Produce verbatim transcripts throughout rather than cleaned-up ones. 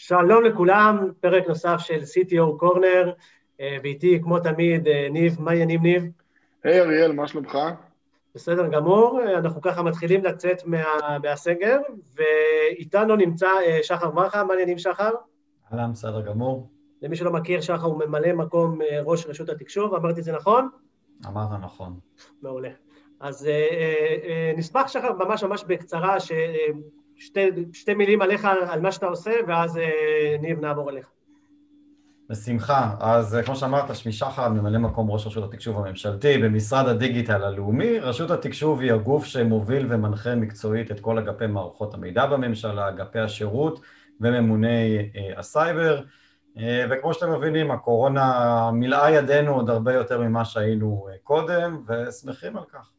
שלום לכולם, פרק נוסף של סי טי או קורנר, ואיתי כמו תמיד ניב, מה העניינים ניב? היי אריאל, מה שלומך? בסדר גמור, אנחנו ככה מתחילים לצאת מה, מהסגר, ואיתנו נמצא שחר ברכה, מה העניינים שחר? אהלן, בסדר גמור. למי שלא מכיר, שחר הוא ממלא מקום ראש רשות התקשוב, אמרתי את זה נכון? אמרת נכון. מעולה. אז נשמח שחר ממש ממש בקצרה, ש... שתי, שתי מילים עליך, על מה שאתה עושה, ואז ניב נעבור עליך. בשמחה. אז כמו שאמרת, שמי שחר, ממלא מקום ראש רשות התקשוב הממשלתי במשרד הדיגיטל הלאומי. רשות התקשוב היא הגוף שמוביל ומנחה מקצועית את כל אגפי מערכות המידע בממשלה, אגפי השירות וממוני אה, הסייבר. אה, וכמו שאתם מבינים, הקורונה מילאה ידינו עוד הרבה יותר ממה שהיינו אה, קודם, ושמחים על כך.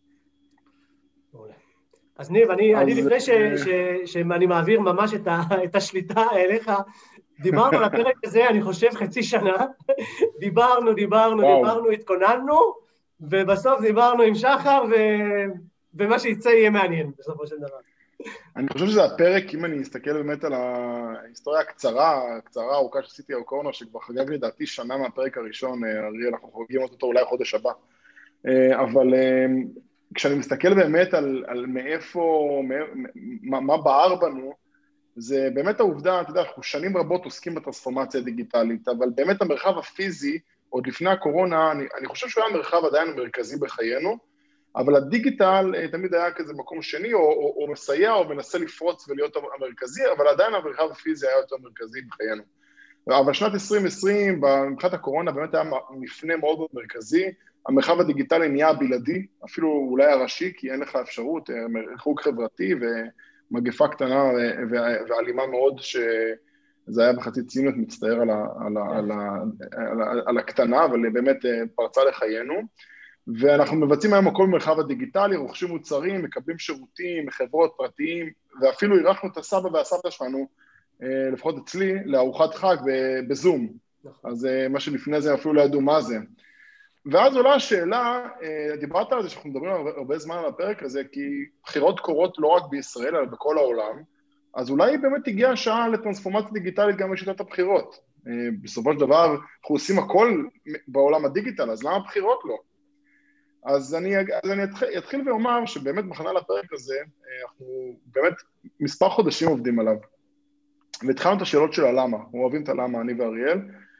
אז ניב, אני, אז... אני לפני ש, ש, שאני מעביר ממש את, ה, את השליטה אליך, דיברנו על הפרק הזה, אני חושב חצי שנה, דיברנו, דיברנו, וואו. דיברנו, התכוננו, ובסוף דיברנו עם שחר, ו, ומה שיצא יהיה מעניין בסופו של דבר. אני חושב שזה הפרק, אם אני אסתכל באמת על ההיסטוריה הקצרה, הקצרה הארוכה של סי טי או קורנר, שכבר חגג לדעתי שנה מהפרק הראשון, אריאל, אנחנו חוגגים אותו אולי חודש הבא, אבל... כשאני מסתכל באמת על, על מאיפה, מה, מה בער בנו, זה באמת העובדה, אתה יודע, אנחנו שנים רבות עוסקים בטרנספורמציה הדיגיטלית, אבל באמת המרחב הפיזי, עוד לפני הקורונה, אני, אני חושב שהוא היה מרחב עדיין מרכזי בחיינו, אבל הדיגיטל תמיד היה כזה מקום שני, או, או, או מסייע או מנסה לפרוץ ולהיות המרכזי, אבל עדיין המרחב הפיזי היה יותר מרכזי בחיינו. אבל שנת עשרים עשרים, במבחנת הקורונה, באמת היה מפנה מאוד מאוד מרכזי, המרחב הדיגיטלי נהיה בלעדי, אפילו אולי הראשי, כי אין לך אפשרות, ריחוק חברתי ומגפה קטנה ואלימה מאוד, שזה היה בחצי ציניות מצטער על, ה, על, ה, על, ה, על, ה, על הקטנה, אבל באמת פרצה לחיינו, ואנחנו מבצעים היום הכל במרחב הדיגיטלי, רוכשים מוצרים, מקבלים שירותים, חברות פרטיים, ואפילו אירחנו את הסבא והסבתא שלנו, לפחות אצלי, לארוחת חג בזום, אז מה שלפני זה אפילו לא ידעו מה זה. ואז עולה השאלה, דיברת על זה שאנחנו מדברים הרבה, הרבה זמן על הפרק הזה, כי בחירות קורות לא רק בישראל, אלא בכל העולם, אז אולי באמת הגיעה השעה לטרנספורמציה דיגיטלית גם בשיטת הבחירות. בסופו של דבר, אנחנו עושים הכל בעולם הדיגיטל, אז למה בחירות לא? אז אני, אז אני אתחיל, אתחיל ואומר שבאמת מכנה לפרק הזה, אנחנו באמת מספר חודשים עובדים עליו, והתחלנו את השאלות של הלמה, אנחנו אוהבים את הלמה, אני ואריאל,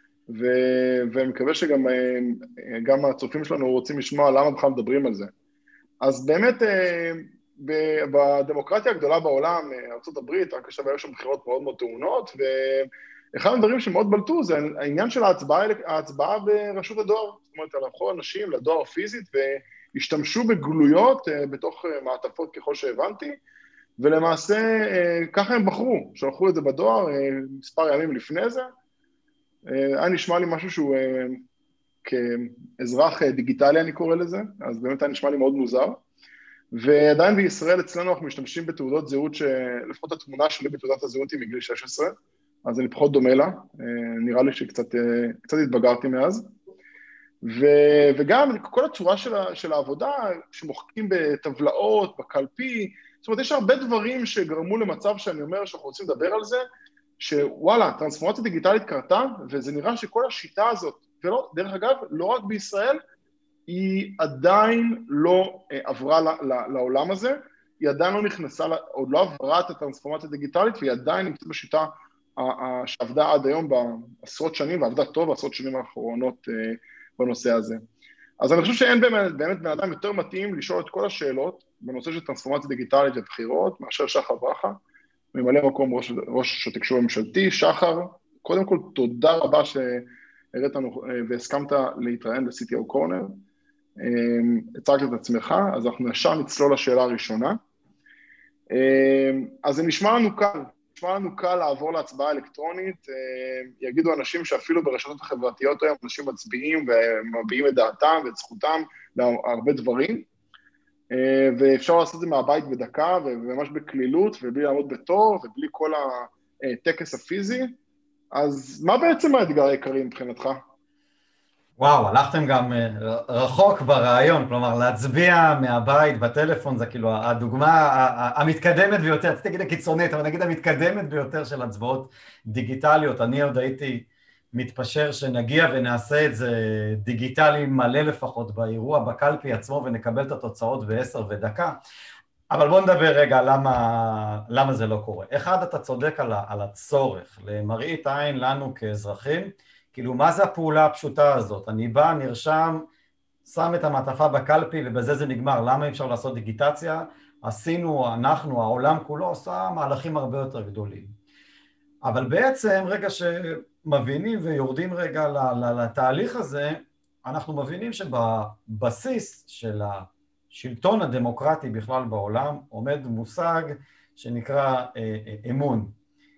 ואני מקווה שגם גם הצופים שלנו רוצים לשמוע למה בכלל מדברים על זה. אז באמת, בדמוקרטיה הגדולה בעולם, ארצות הברית, רק עכשיו היו שם בחירות מאוד מאוד טעונות, ואחד הדברים שמאוד בלטו זה העניין של ההצבעה, ההצבעה ברשות הדואר, זאת אומרת, הלכו אנשים לדואר פיזית, והשתמשו בגלויות בתוך מעטפות ככל שהבנתי, ולמעשה ככה הם בחרו, שלחו את זה בדואר מספר ימים לפני זה, היה נשמע לי משהו שהוא כאזרח דיגיטלי אני קורא לזה, אז באמת היה נשמע לי מאוד מוזר, ועדיין בישראל אצלנו אנחנו משתמשים בתעודות זהות, שלפחות התמונה שלי בתעודת הזהות היא מגיל שש עשרה, אז אני פחות דומה לה, נראה לי שקצת קצת התבגרתי מאז, ו, וגם כל הצורה של, של העבודה שמוחקים בטבלאות, בקלפי, זאת אומרת יש הרבה דברים שגרמו למצב שאני אומר שאנחנו רוצים לדבר על זה, שוואלה, טרנספורמציה דיגיטלית קרתה, וזה נראה שכל השיטה הזאת, ולא, דרך אגב, לא רק בישראל, היא עדיין לא אה, עברה ל, ל, לעולם הזה, היא עדיין לא נכנסה, עוד לא עברה את הטרנספורמציה דיגיטלית, והיא עדיין נמצאת בשיטה ה, ה, שעבדה עד היום בעשרות שנים, ועבדה טוב בעשרות שנים האחרונות אה, בנושא הזה. אז אני חושב שאין באמת, באמת בן אדם יותר מתאים לשאול את כל השאלות, בנושא של טרנספורמציה דיגיטלית ובחירות, מאשר שחר ברכה, ממלא מקום ראש, ראש התקשוב הממשלתי, שחר, קודם כל תודה רבה שהראית לנו והסכמת להתראיין ב-סי טי או קורנר, הצגת את עצמך, אז אנחנו ישר נצלול לשאלה הראשונה. אז זה נשמע לנו קל, נשמע לנו קל לעבור להצבעה אלקטרונית, יגידו אנשים שאפילו ברשתות החברתיות היום אנשים מצביעים ומביעים את דעתם ואת זכותם להרבה דברים, ואפשר לעשות את זה מהבית בדקה, וממש בכלילות, ובלי לעמוד בתור, ובלי כל הטקס הפיזי. אז מה בעצם האתגר העיקרי מבחינתך? וואו, הלכתם גם רחוק ברעיון, כלומר להצביע מהבית בטלפון זה כאילו הדוגמה המתקדמת ביותר, רציתי להגיד הקיצונית, אבל נגיד המתקדמת ביותר של הצבעות דיגיטליות. אני עוד הייתי מתפשר שנגיע ונעשה את זה דיגיטלי מלא לפחות באירוע, בקלפי עצמו, ונקבל את התוצאות בעשר ודקה. אבל בואו נדבר רגע למה, למה זה לא קורה. אחד, אתה צודק על, על הצורך, למראית עין לנו כאזרחים, כאילו מה זה הפעולה הפשוטה הזאת? אני בא, נרשם, שם את המעטפה בקלפי ובזה זה נגמר. למה אי אפשר לעשות דיגיטציה? עשינו, אנחנו, העולם כולו עושה מהלכים הרבה יותר גדולים. אבל בעצם רגע שמבינים ויורדים רגע לתהליך הזה, אנחנו מבינים שבבסיס של השלטון הדמוקרטי בכלל בעולם עומד מושג שנקרא אמון.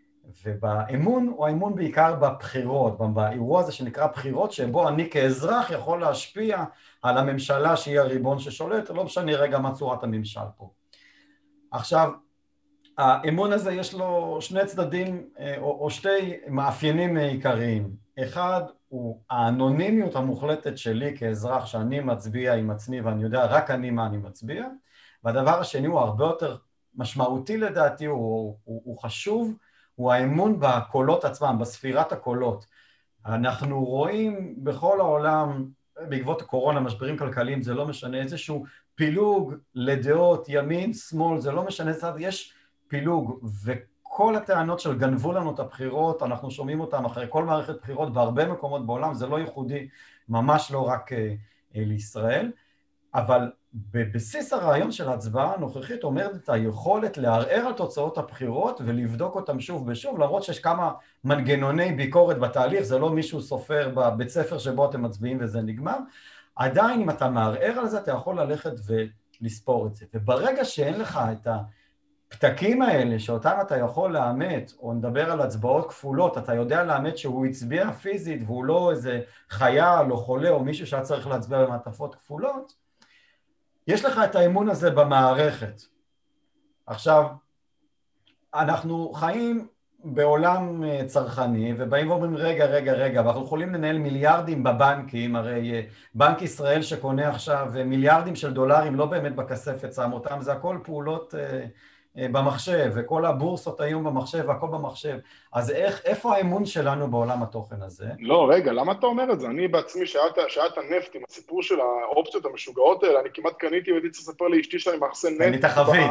ובאמון הוא האמון בעיקר בבחירות, באירוע הזה שנקרא בחירות, שבו אני כאזרח יכול להשפיע על הממשלה שהיא הריבון ששולט, לא משנה רגע מה צורת הממשל פה. עכשיו, האמון הזה יש לו שני צדדים או, או שתי מאפיינים עיקריים. אחד הוא האנונימיות המוחלטת שלי כאזרח, שאני מצביע עם עצמי ואני יודע רק אני מה אני מצביע, והדבר השני הוא הרבה יותר משמעותי לדעתי, הוא, הוא, הוא חשוב, הוא האמון בקולות עצמם, בספירת הקולות. אנחנו רואים בכל העולם, בעקבות הקורונה, משברים כלכליים, זה לא משנה, איזשהו פילוג לדעות, ימין, שמאל, זה לא משנה, יש פילוג, וכל הטענות של גנבו לנו את הבחירות, אנחנו שומעים אותם אחרי כל מערכת בחירות בהרבה מקומות בעולם, זה לא ייחודי, ממש לא רק אה, אה, לישראל, אבל בבסיס הרעיון של ההצבעה הנוכחית אומרת את היכולת לערער על תוצאות הבחירות ולבדוק אותם שוב ושוב, למרות שיש כמה מנגנוני ביקורת בתהליך, זה לא מישהו סופר בבית ספר שבו אתם מצביעים וזה נגמר, עדיין אם אתה מערער על זה אתה יכול ללכת ולספור את זה, וברגע שאין לך את הפתקים האלה שאותם אתה יכול לאמת, או נדבר על הצבעות כפולות, אתה יודע לאמת שהוא הצביע פיזית והוא לא איזה חייל או חולה או מישהו שהיה צריך להצביע במעטפות כפולות, יש לך את האמון הזה במערכת. עכשיו, אנחנו חיים בעולם צרכני, ובאים ואומרים רגע, רגע, רגע, ואנחנו יכולים לנהל מיליארדים בבנקים, הרי בנק ישראל שקונה עכשיו מיליארדים של דולרים, לא באמת בכספת שם אותם, זה הכל פעולות במחשב, וכל הבורסות היום במחשב, והכל במחשב. אז איך, איפה האמון שלנו בעולם התוכן הזה? לא, רגע, למה אתה אומר את זה? אני בעצמי, שעת הנפט עם הסיפור של האופציות המשוגעות האלה, אני כמעט קניתי והייתי צריך לספר לאשתי שאני מאחסן נפט. קנית חבית.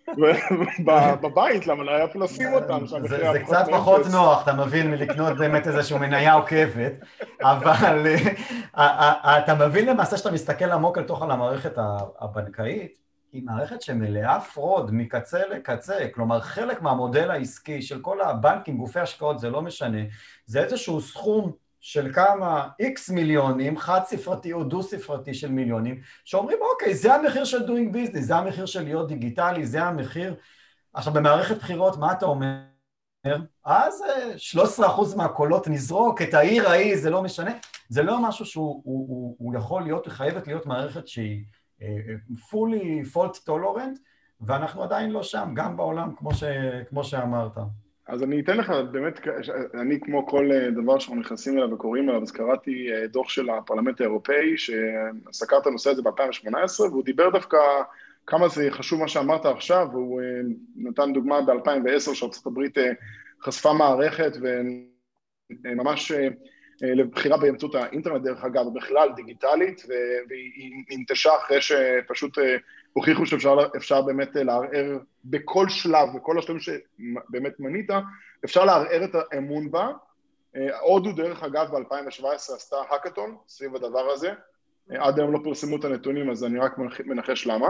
בבית, למה לא היה אפילו לשים אותם? זה קצת פחות נוח, אתה מבין, מלקנות באמת איזשהו מניה עוקבת, אבל אתה מבין למעשה שאתה מסתכל עמוק לתוך על המערכת הבנקאית, היא מערכת שמלאה פרוד מקצה לקצה, כלומר חלק מהמודל העסקי של כל הבנקים, גופי השקעות, זה לא משנה, זה איזשהו סכום של כמה איקס מיליונים, חד ספרתי או דו ספרתי של מיליונים, שאומרים אוקיי, זה המחיר של doing business, זה המחיר של להיות דיגיטלי, זה המחיר. עכשיו במערכת בחירות, מה אתה אומר? אז שלושה עשר אחוז מהקולות נזרוק, את העיר ההיא, זה לא משנה, זה לא משהו שהוא הוא, הוא, הוא יכול להיות, חייבת להיות מערכת שהיא fully fault tolerant, ואנחנו עדיין לא שם, גם בעולם, כמו, ש, כמו שאמרת. אז אני אתן לך, באמת, אני כמו כל דבר שאנחנו נכנסים אליו וקוראים אליו, אז קראתי דוח של הפרלמנט האירופאי, שסקר את הנושא הזה ב-אלפיים שמונה עשרה, והוא דיבר דווקא כמה זה חשוב מה שאמרת עכשיו, והוא נתן דוגמה ב-אלפיים ועשר, שארצות הברית חשפה מערכת, וממש לבחירה באמצעות האינטרנט דרך אגב, בכלל דיגיטלית, והיא ננטשה אחרי שפשוט הוכיחו שאפשר באמת לערער בכל שלב, בכל השלבים שבאמת מנית, אפשר לערער את האמון בה. הודו דרך אגב ב-אלפיים שבע עשרה עשתה האקתון סביב הדבר הזה, עד היום לא פרסמו את הנתונים, אז אני רק מנחש למה.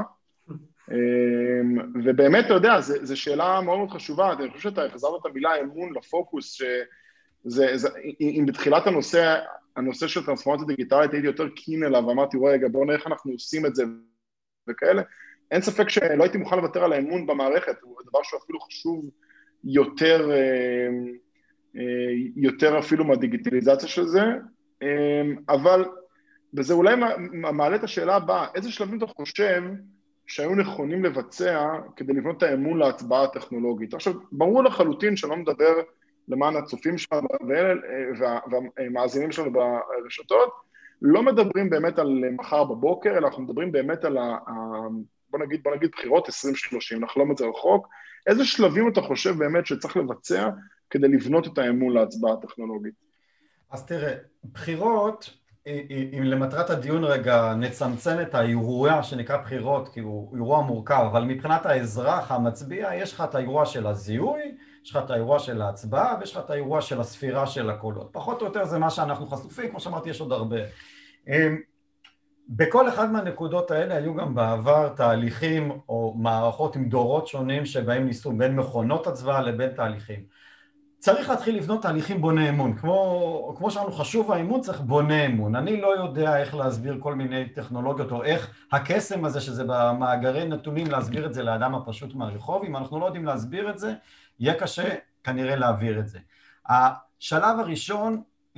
ובאמת, אתה יודע, זו שאלה מאוד מאוד חשובה, אני חושב שאתה החזרת את המילה אמון לפוקוס, זה, זה, אם בתחילת הנושא, הנושא של טרנספורמציה דיגיטלית, הייתי יותר קין אליו, ואמרתי, רגע, בואו נראה איך אנחנו עושים את זה וכאלה, אין ספק שלא הייתי מוכן לוותר על האמון במערכת, הוא דבר שהוא אפילו חשוב יותר, יותר אפילו מהדיגיטליזציה של זה, אבל בזה אולי מעלה את השאלה הבאה, איזה שלבים אתה חושב שהיו נכונים לבצע כדי לבנות את האמון להצבעה הטכנולוגית? עכשיו, ברור לחלוטין שלא מדבר למען הצופים שלנו והמאזינים שלנו ברשתות, לא מדברים באמת על מחר בבוקר, אלא אנחנו מדברים באמת על ה... בוא נגיד, בוא נגיד בחירות עשרים שלושים, נחלום את זה רחוק. איזה שלבים אתה חושב באמת שצריך לבצע כדי לבנות את האמון להצבעה הטכנולוגית? אז תראה, בחירות, אם למטרת הדיון רגע נצמצם את האירוע שנקרא בחירות, כי הוא אירוע מורכב, אבל מבחינת האזרח המצביע, יש לך את האירוע של הזיהוי, יש לך את האירוע של ההצבעה, ויש לך את האירוע של הספירה של הקולות. פחות או יותר זה מה שאנחנו חשופים, כמו שאמרתי, יש עוד הרבה. בכל אחד מהנקודות האלה היו גם בעבר תהליכים או מערכות עם דורות שונים שבהם ניסו בין מכונות הצבעה לבין תהליכים. צריך להתחיל לבנות תהליכים בוני אמון, כמו, כמו שאנו חשוב האמון צריך בוני אמון. אני לא יודע איך להסביר כל מיני טכנולוגיות או איך הקסם הזה שזה במאגרי נתונים להסביר את זה לאדם הפשוט מהרחוב. אם אנחנו לא יודעים להסביר את זה, יהיה קשה כנראה להעביר את זה. השלב הראשון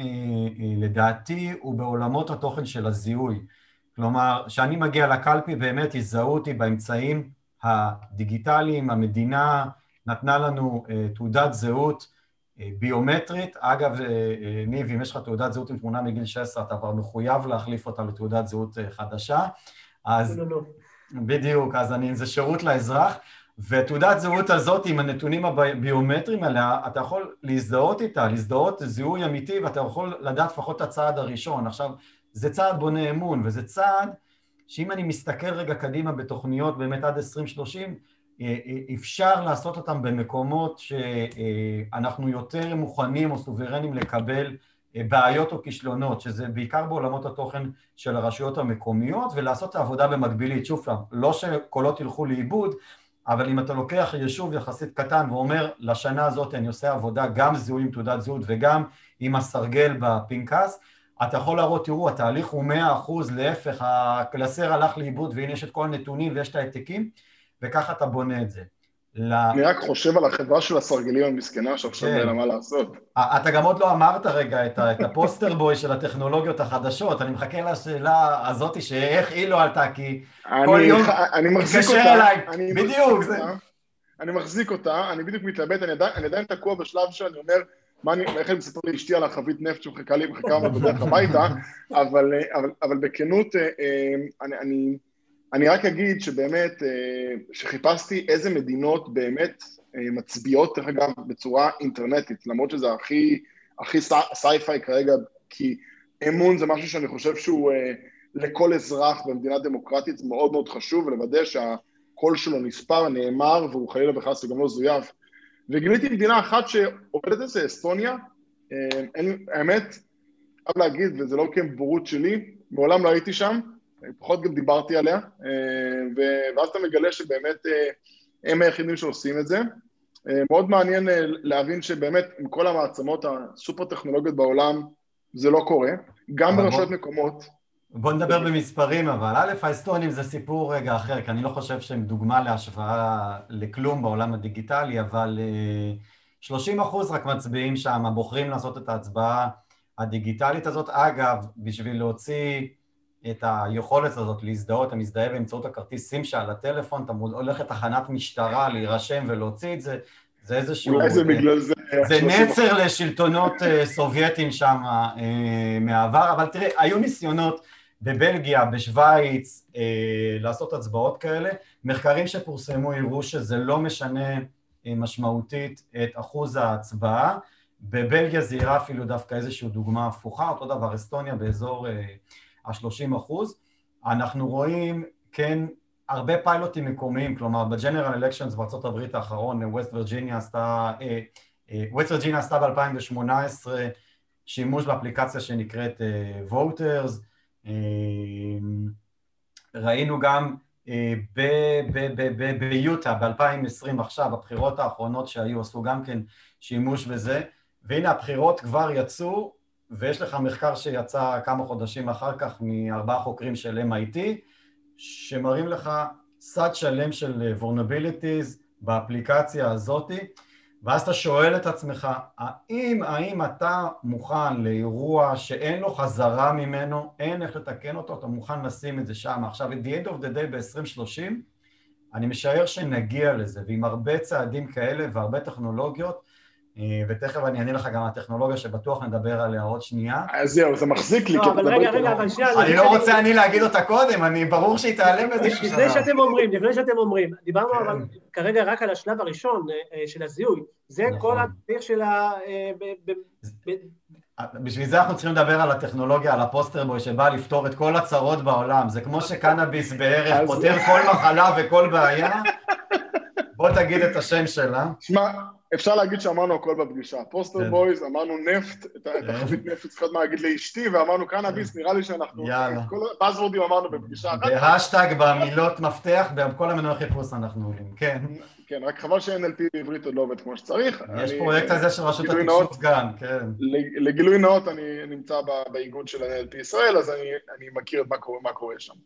לדעתי הוא בעולמות התוכן של הזיהוי. כלומר, שאני מגיע לקלפי באמת יזהו אותי באמצעים הדיגיטליים, המדינה נתנה לנו תעודת זהות ביומטרית. אגב, ניב, אם יש לך תעודת זהות עם תמונה מגיל שש עשרה, אתה כבר מחויב להחליף אותה לתעודת זהות חדשה. אז לא, לא. בדיוק, אז אני, זה שירות לאזרח, ותעודת זהות הזאת עם הנתונים הביומטריים עליה, אתה יכול להזדהות איתה, להזדהות זיהוי אמיתי, ואתה יכול לדעת לפחות את הצעד הראשון. עכשיו, זה צעד בונה אמון, וזה צעד שאם אני מסתכל רגע קדימה בתוכניות באמת עד עשרים שלושים, אפשר לעשות אותם במקומות שאנחנו יותר מוכנים או סוברנים לקבל בעיות או כישלונות, שזה בעיקר בעולמות התוכן של הרשויות המקומיות, ולעשות את העבודה במקבילית. שוב פעם, לא שקולות ילכו לאיבוד, אבל אם אתה לוקח יישוב יחסית קטן ואומר, לשנה הזאת אני עושה עבודה גם זיהוי עם תעודת זהות וגם עם הסרגל בפנקס, אתה יכול להראות, תראו, התהליך הוא מאה אחוז, להפך, הקלסר הלך לאיבוד והנה יש את כל הנתונים ויש את העתקים, וככה אתה בונה את זה. אני רק חושב על החברה של הסרגלים המסכנה, שעכשיו אין לה מה לעשות. אתה גם עוד לא אמרת רגע את הפוסטר בוי של הטכנולוגיות החדשות, אני מחכה לשאלה הזאת שאיך היא לא עלתה, כי כל יום תתקשר אליי, בדיוק זה. אני מחזיק אותה, אני בדיוק מתלבט, אני עדיין תקוע בשלב שאני אומר, מה אני, איך אני מספר לאשתי על החבית נפט שמחכה לי, מחכה לי בדרך הביתה, אבל בכנות, אני... אני רק אגיד שבאמת, שחיפשתי איזה מדינות באמת מצביעות, דרך אגב, בצורה אינטרנטית, למרות שזה הכי, הכי סייפיי כרגע, כי אמון זה משהו שאני חושב שהוא לכל אזרח במדינה דמוקרטית, זה מאוד מאוד חשוב, ולוודא שהקול שלו נספר, נאמר, והוא חלילה וחס וגם לא זויף. וגיליתי מדינה אחת שעובדת את זה, אסטוניה, האמת, חייב להגיד, וזה לא כבורות שלי, מעולם לא הייתי שם, פחות גם דיברתי עליה, ואז אתה מגלה שבאמת הם היחידים שעושים את זה. מאוד מעניין להבין שבאמת עם כל המעצמות הסופר טכנולוגיות בעולם זה לא קורה, גם ברשויות מקומות. בוא נדבר במספרים, אבל א', האסטונים זה סיפור רגע אחר, כי אני לא חושב שהם דוגמה להשוואה לכלום בעולם הדיגיטלי, אבל שלושים אחוז רק מצביעים שם, בוחרים לעשות את ההצבעה הדיגיטלית הזאת. אגב, בשביל להוציא את היכולת הזאת להזדהות, אתה מזדהה באמצעות הכרטיס סים שעל הטלפון, אתה הולך לתחנת משטרה, להירשם ולהוציא את זה, זה איזשהו... אולי זה בגלל זה... זה נצר לשלטונות סובייטים שם מהעבר, אבל תראה, היו ניסיונות בבלגיה, בשוויץ, לעשות הצבעות כאלה, מחקרים שפורסמו הראו שזה לא משנה משמעותית את אחוז ההצבעה, בבלגיה זה יראה אפילו דווקא איזושהי דוגמה הפוכה, אותו דבר אסטוניה באזור... ה-שלושים אחוז, אנחנו רואים, כן, הרבה פיילוטים מקומיים, כלומר, בג'נרל אלקשנס בארצות הברית האחרון, ווסט וירג'יניה עשתה, ווסט וירג'יניה עשתה ב-אלפיים שמונה עשרה שימוש באפליקציה שנקראת Voters, ראינו גם ביוטה, ב-אלפיים עשרים עכשיו, הבחירות האחרונות שהיו, עשו גם כן שימוש בזה, והנה הבחירות כבר יצאו, ויש לך מחקר שיצא כמה חודשים אחר כך מארבעה חוקרים של אם איי טי, שמראים לך סד שלם של vulnerabilities באפליקציה הזאת, ואז אתה שואל את עצמך, האם, האם אתה מוכן לאירוע שאין לו חזרה ממנו, אין איך לתקן אותו, אתה מוכן לשים את זה שם. עכשיו, at the end of the day ב-עשרים שלושים, אני משער שנגיע לזה, ועם הרבה צעדים כאלה והרבה טכנולוגיות, ותכף אני אענה לך גם הטכנולוגיה שבטוח נדבר עליה עוד שנייה. אז זהו, זה מחזיק לי. לא, אבל רגע, רגע, אבל שנייה. אני לא רוצה אני להגיד אותה קודם, אני ברור שהיא תעלם באיזשהו שלב. לפני שאתם אומרים, לפני שאתם אומרים, דיברנו אבל כרגע רק על השלב הראשון של הזיהוי, זה כל התהליך של ה... בשביל זה אנחנו צריכים לדבר על הטכנולוגיה, על הפוסטר-בוי שבא לפתור את כל הצרות בעולם, זה כמו שקנאביס בערך פותר כל מחלה וכל בעיה, בוא תגיד את השם שלה. שמע, אפשר להגיד שאמרנו הכל בפגישה, פוסטר בויז, אמרנו נפט, את החבית נפט צריכות מה להגיד לאשתי, ואמרנו קנאביס, נראה לי שאנחנו, כל הבאזוורדים אמרנו בפגישה אחת. בהשטג, במילות מפתח, בכל המנועי חיפוש אנחנו עולים, כן. כן, רק חבל ש-אן אל פי בעברית עוד לא עובד כמו שצריך. יש פרויקט הזה של רשות התקשוב גם, כן. לגילוי נאות, אני נמצא באיגוד של אן אל פי ישראל, אז אני מכיר את מה קורה שם.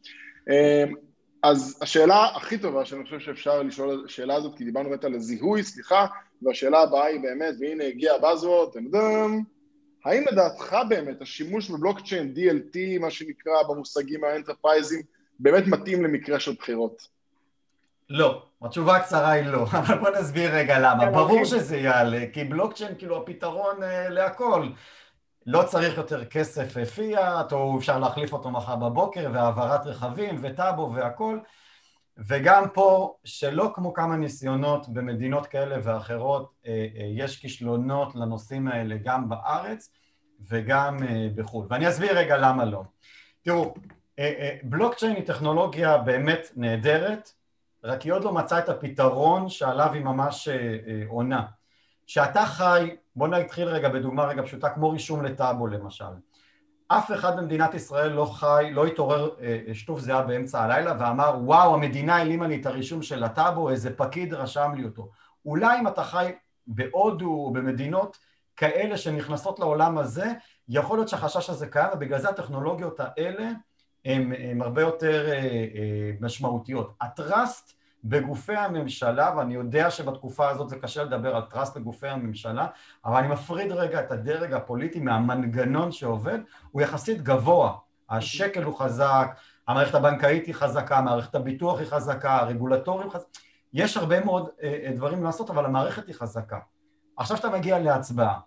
אז השאלה הכי טובה שאני חושב שאפשר לשאול את השאלה הזאת, כי דיברנו באמת על הזיהוי, סליחה, והשאלה הבאה היא באמת, והנה הגיע הבאזוורד, תמדם, האם לדעתך באמת השימוש בבלוקצ'יין, די אל טי, מה שנקרא במושגים האנטרפרייזים, באמת מתאים למקרה של בחירות? לא, התשובה הקצרה היא לא, אבל בוא נסביר רגע למה. ברור שזה יעלה, כי בלוקצ'יין כאילו הפתרון להכל. לא צריך יותר כסף פיאט, או אפשר להחליף אותו מחר בבוקר, והעברת רכבים וטאבו והכל, וגם פה, שלא כמו כמה ניסיונות במדינות כאלה ואחרות, יש כישלונות לנושאים האלה גם בארץ וגם בחו"ל. ואני אסביר רגע למה לא. תראו, בלוקצ'יין היא טכנולוגיה באמת נהדרת, רק היא עוד לא מצאה את הפתרון שעליו היא ממש עונה. שאתה חי, בוא נתחיל רגע בדוגמה רגע פשוטה, כמו רישום לטאבו למשל. אף אחד במדינת ישראל לא חי, לא התעורר שטוף זהה באמצע הלילה ואמר, וואו, המדינה העלימה לי את הרישום של הטאבו, איזה פקיד רשם לי אותו. אולי אם אתה חי בהודו או במדינות כאלה שנכנסות לעולם הזה, יכול להיות שהחשש הזה קיים, ובגלל זה הטכנולוגיות האלה הן הרבה יותר משמעותיות. הטראסט בגופי הממשלה, ואני יודע שבתקופה הזאת זה קשה לדבר על טראסט בגופי הממשלה, אבל אני מפריד רגע את הדרג הפוליטי מהמנגנון שעובד, הוא יחסית גבוה. השקל הוא חזק, המערכת הבנקאית היא חזקה, מערכת הביטוח היא חזקה, הרגולטורים חזקה, יש הרבה מאוד אה, דברים לעשות, אבל המערכת היא חזקה. עכשיו שאתה מגיע להצבעה,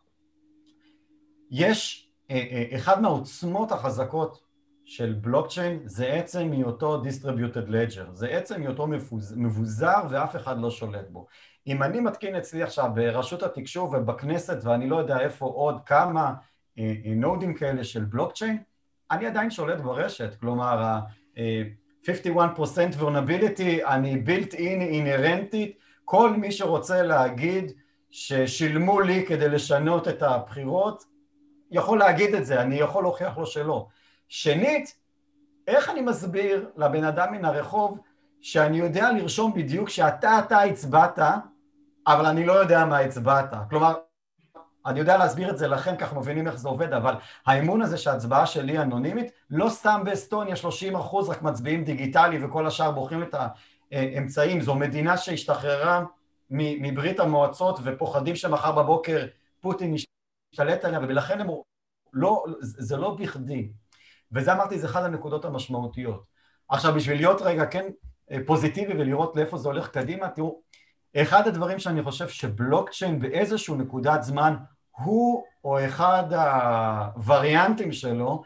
יש אה, אה, אחד מהעוצמות החזקות של בלוקצ'יין, זה עצם מאותו distributed ledger, זה עצם מאותו מבוזר ואף אחד לא שולט בו. אם אני מתקין אצלי עכשיו ברשות התקשוב ובכנסת ואני לא יודע איפה עוד כמה אה, נודים כאלה של בלוקצ'יין, אני עדיין שולט ברשת, כלומר ה-חמישים ואחד אחוז vulnerability, אני built in inherentית, כל מי שרוצה להגיד ששילמו לי כדי לשנות את הבחירות, יכול להגיד את זה, אני יכול להוכיח לו שלא. שנית, איך אני מסביר לבן אדם מן הרחוב שאני יודע לרשום בדיוק שאתה אתה הצבעת, אבל אני לא יודע מה הצבעת. כלומר, אני יודע להסביר את זה לכם, כך מבינים איך זה עובד, אבל האמון הזה שההצבעה שלי אנונימית, לא סתם באסטוניה שלושים אחוז רק מצביעים דיגיטלי וכל השאר בוחרים את האמצעים. זו מדינה שהשתחררה מברית המועצות ופוחדים שמחר בבוקר פוטין ישתלט עליה, ולכן הם, לא, זה לא בכדי. וזה אמרתי, זה אחד הנקודות המשמעותיות. עכשיו, בשביל להיות רגע, כן, פוזיטיבי ולראות לאיפה זה הולך קדימה, תראו, אחד הדברים שאני חושב שבלוקצ'יין באיזשהו נקודת זמן, הוא או אחד הווריאנטים שלו,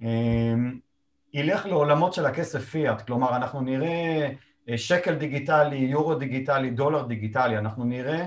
ילך לעולמות של הכסף פיאט, כלומר, אנחנו נראה שקל דיגיטלי, יורו דיגיטלי, דולר דיגיטלי, אנחנו נראה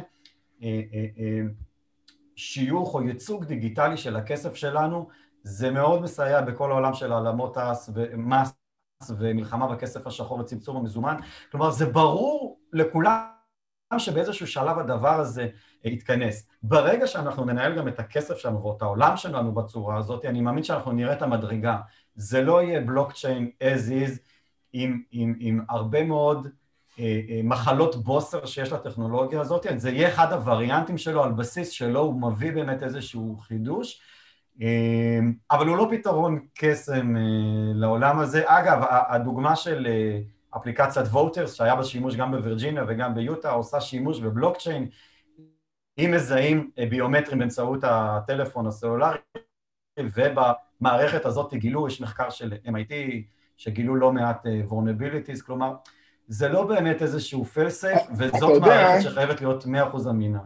שיוך או ייצוג דיגיטלי של הכסף שלנו, זה מאוד מסייע בכל העולם של העלמות מס ומלחמה בכסף השחור וצמצום המזומן. כלומר, זה ברור לכולם שבאיזשהו שלב הדבר הזה יתכנס. ברגע שאנחנו ננהל גם את הכסף שלנו ואת העולם שלנו בצורה הזאת, אני מאמין שאנחנו נראה את המדרגה. זה לא יהיה בלוקצ'יין as is עם, עם, עם הרבה מאוד אה, אה, מחלות בוסר שיש לטכנולוגיה הזאת, זה יהיה אחד הווריאנטים שלו על בסיס שלו, הוא מביא באמת איזשהו חידוש, אבל הוא לא פתרון קסם לעולם הזה. אגב, הדוגמה של אפליקציית ווטרס, שהיה בה שימוש גם בווירג'יניה וגם ביוטה, עושה שימוש בבלוקצ'יין, עם מזהים ביומטריים באמצעות הטלפון הסלולרי, ובמערכת הזאת גילו, יש מחקר של אם איי טי, שגילו לא מעט vulnerabilities, כלומר, זה לא באמת איזשהו fail safe, וזאת מערכת שחייבת להיות מאה אחוז אמינה.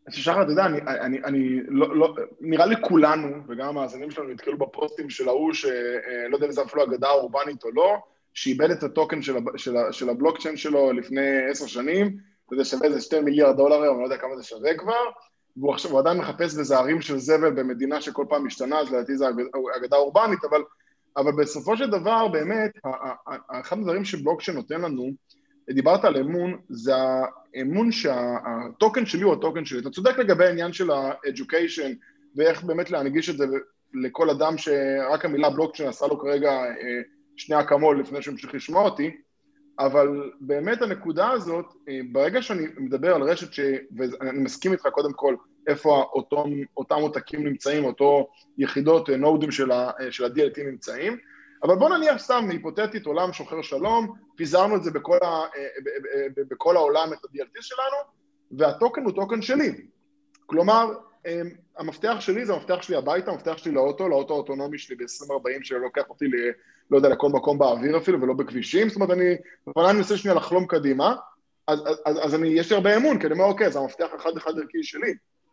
שחר, אתה יודע, אני, אני, אני לא, לא, נראה לי כולנו, וגם המאזינים שלנו התחילו בפוסטים של ההוא, שלא יודע אם זה אפילו אגדה אורבנית או לא, שאיבד את הטוקן של, של, של הבלוקצ'יין שלו לפני עשר שנים, וזה שווה איזה שתי מיליארד דולר, אני לא יודע כמה זה שווה כבר, והוא עכשיו, הוא עדיין מחפש בזה ערים של זבל במדינה שכל פעם משתנה, אז לדעתי זה אגדה אורבנית, אבל, אבל בסופו של דבר, באמת, אחד הדברים שבלוקצ'יין נותן לנו, דיברת על אמון, זה האמון שהטוקן שלי הוא הטוקן שלי. אתה צודק לגבי העניין של ה-education, ואיך באמת להנגיש את זה לכל אדם שרק המילה בלוקצ'יין עשה לו כרגע שני אקמול לפני שממשיך לשמוע אותי, אבל באמת הנקודה הזאת, ברגע שאני מדבר על רשת, ש... ואני מסכים איתך קודם כל, איפה אותם, אותם עותקים נמצאים, אותו יחידות, נודים של ה-די אל טי נמצאים, אבל בוא נניח סתם, היפותטית, עולם שוחר שלום, פיזרנו את זה בכל, ה, בכל העולם, את ה-די אל טי שלנו, והטוקן הוא טוקן שלי. כלומר, המפתח שלי זה המפתח שלי הביתה, המפתח שלי לאוטו, לאוטו האוטונומי שלי ב-עשרים ארבעים, שלוקח אותי, ל, לא יודע, לכל מקום באוויר אפילו, ולא בכבישים, זאת אומרת, אני, בפעלה אני מנסה שנייה לחלום קדימה, אז, אז, אז אני, יש לי הרבה אמון, כי אני אומר, אוקיי, זה המפתח אחד אחד ערכי שלי.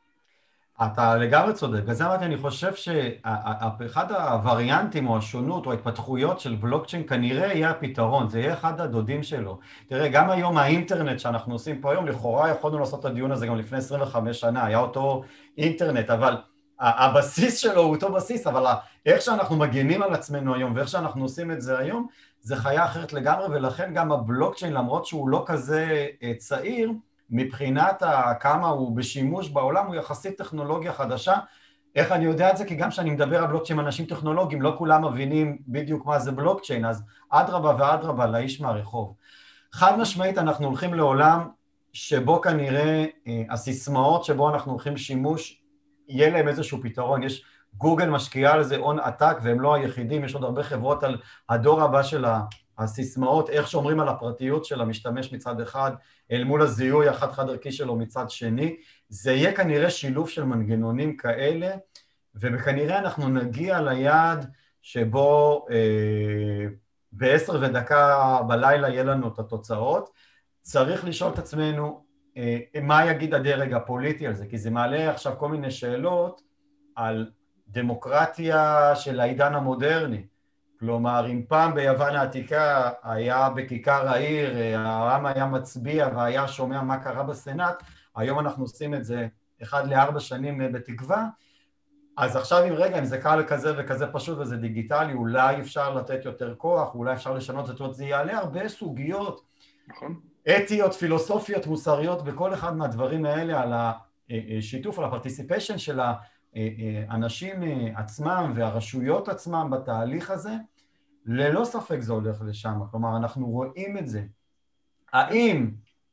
אתה לגמרי צודק, וזה אמרתי, אני חושב שאחד הווריאנטים או השונות או ההתפתחויות של בלוקצ'יין כנראה יהיה הפתרון, זה יהיה אחד הדודים שלו. תראה, גם היום האינטרנט שאנחנו עושים פה היום, לכאורה יכולנו לעשות את הדיון הזה גם לפני עשרים וחמש שנה, היה אותו אינטרנט, אבל הבסיס שלו הוא אותו בסיס, אבל איך שאנחנו מגנים על עצמנו היום ואיך שאנחנו עושים את זה היום, זה חיה אחרת לגמרי, ולכן גם הבלוקצ'יין, למרות שהוא לא כזה צעיר, מבחינת כמה הוא בשימוש בעולם, הוא יחסית טכנולוגיה חדשה. איך אני יודע את זה? כי גם כשאני מדבר על בלוקצ'יין עם אנשים טכנולוגיים, לא כולם מבינים בדיוק מה זה בלוקצ'יין, אז אדרבה ואדרבה לאיש מהרחוב. חד משמעית, אנחנו הולכים לעולם שבו כנראה הסיסמאות שבו אנחנו הולכים שימוש, יהיה להם איזשהו פתרון. יש גוגל משקיעה על זה הון עתק, והם לא היחידים, יש עוד הרבה חברות על הדור הבא של הסיסמאות, איך שומרים על הפרטיות של המשתמש מצד אחד, אל מול הזיהוי החד-חד ערכי שלו מצד שני. זה יהיה כנראה שילוב של מנגנונים כאלה, וכנראה אנחנו נגיע ליעד שבו אה, בעשר ודקה בלילה יהיה לנו את התוצאות. צריך לשאול את עצמנו אה, מה יגיד הדרג הפוליטי על זה, כי זה מעלה עכשיו כל מיני שאלות על דמוקרטיה של העידן המודרני. כלומר, אם פעם ביוון העתיקה היה בכיכר העיר, העם היה מצביע והיה שומע מה קרה בסנאט, היום אנחנו עושים את זה אחד לארבע שנים בתקווה, אז עכשיו אם רגע, אם זה קל כזה וכזה פשוט וזה דיגיטלי, אולי אפשר לתת יותר כוח, אולי אפשר לשנות את זה, זה יעלה הרבה סוגיות, נכון. אתיות, פילוסופיות, מוסריות, בכל אחד מהדברים האלה על השיתוף, על הפרטיסיפיישן של האנשים עצמם והרשויות עצמם בתהליך הזה, ללא ספק זה הולך לשם, כלומר אנחנו רואים את זה. האם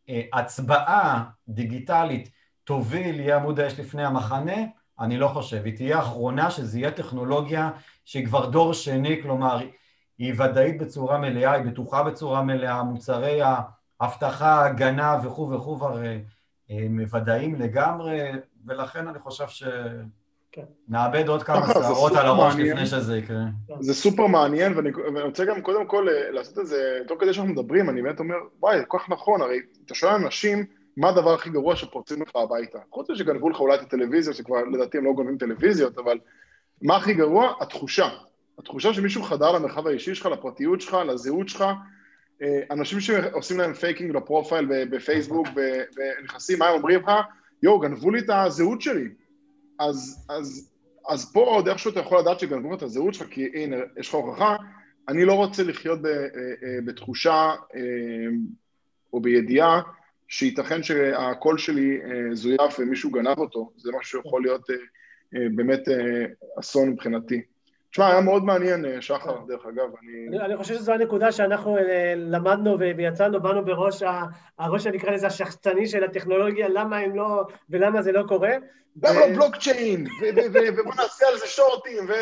הצבעה דיגיטלית תוביל יהיה עמוד האש לפני המחנה? אני לא חושב, היא תהיה האחרונה שזה יהיה טכנולוגיה שהיא כבר דור שני, כלומר היא ודאית בצורה מלאה, היא בטוחה בצורה מלאה, מוצרי ההבטחה, הגנה וכו' וכו' הם ודאים לגמרי, ולכן אני חושב ש... נאבד עוד כמה שערות על הראש לפני שזה יקרה. זה סופר מעניין, ואני רוצה גם קודם כל לעשות את זה, תוך כדי שאנחנו מדברים, אני באמת אומר, וואי, כל כך נכון, הרי אתה שואל אנשים, מה הדבר הכי גרוע שפורצים לך הביתה? חוץ שגנבו לך אולי את הטלוויזיה, שכבר לדעתי הם לא גונבים טלוויזיות, אבל מה הכי גרוע? התחושה. התחושה שמישהו חדר למרחב האישי שלך, לפרטיות שלך, לזהות שלך, אנשים שעושים להם פייקינג לפרופיל בפייסבוק, ונכנסים, מה הם אומרים לך? יו, גנבו לי את הזהות שלי. אז, אז, אז פה עוד איכשהו אתה יכול לדעת שגנבו את הזהות שלך, כי הנה, יש לך הוכחה, אני לא רוצה לחיות ב, בתחושה או בידיעה שייתכן שהקול שלי זויף ומישהו גנב אותו, זה משהו שיכול להיות באמת אסון מבחינתי. תשמע, היה מאוד מעניין, שחר, דרך אגב. אני, אני חושב שזו הנקודה שאנחנו למדנו ויצאנו, באנו בראש, הראש שנקרא לזה השחצני של הטכנולוגיה, למה הם לא, ולמה זה לא קורה. למה לא בלוקצ'יין, ובוא נעשה על זה שורטים, ו...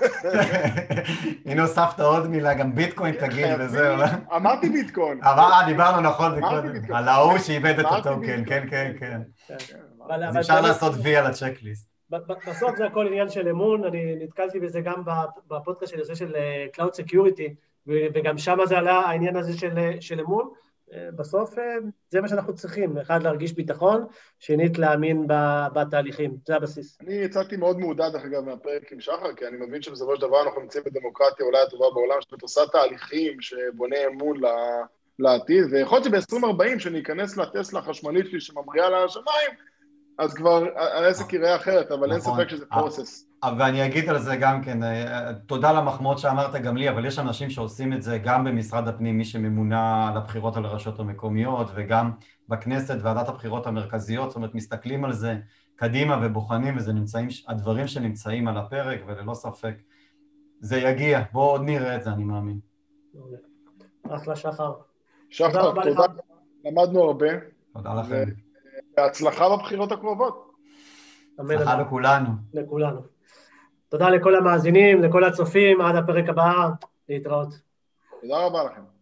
הנה הוספת עוד מילה, גם ביטקוין תגיד וזהו. אמרתי ביטקוין. דיברנו נכון, על ההוא שאיבד את הטוקן, כן, כן, כן. אז אפשר לעשות וי על הצ'קליסט. בסוף זה הכל עניין של אמון, אני נתקלתי בזה גם בפודקאסט של זה של Cloud Security, וגם שם זה עלה העניין הזה של, של אמון, בסוף זה מה שאנחנו צריכים, אחד להרגיש ביטחון, שנית להאמין בתהליכים, זה הבסיס. אני יצאתי מאוד מעודד, דרך אגב, מהפרק עם שחר, כי אני מבין שבסופו של דבר אנחנו נמצאים בדמוקרטיה אולי הטובה בעולם, שאת עושה תהליכים שבונה אמון לעתיד, ויכול להיות שב-עשרים ארבעים, שאני אכנס לטסלה החשמלית שלי שממריאה לשמיים, אז כבר העסק יראה אחרת, אבל אין ספק שזה פרוסס. ואני אגיד על זה גם כן, תודה למחמאות שאמרת גם לי, אבל יש אנשים שעושים את זה גם במשרד הפנים, מי שממונה על הבחירות על הרשויות המקומיות, וגם בכנסת, ועדת הבחירות המרכזיות, זאת אומרת, מסתכלים על זה קדימה ובוחנים, וזה נמצאים, הדברים שנמצאים על הפרק, וללא ספק, זה יגיע. בואו עוד נראה את זה, אני מאמין. אחלה שחר. שחר, תודה, למדנו הרבה. תודה לכם. והצלחה בבחירות הקרובות. הצלחה לכולנו. לכולנו. תודה לכל המאזינים, לכל הצופים, עד הפרק הבא, להתראות. תודה רבה לכם.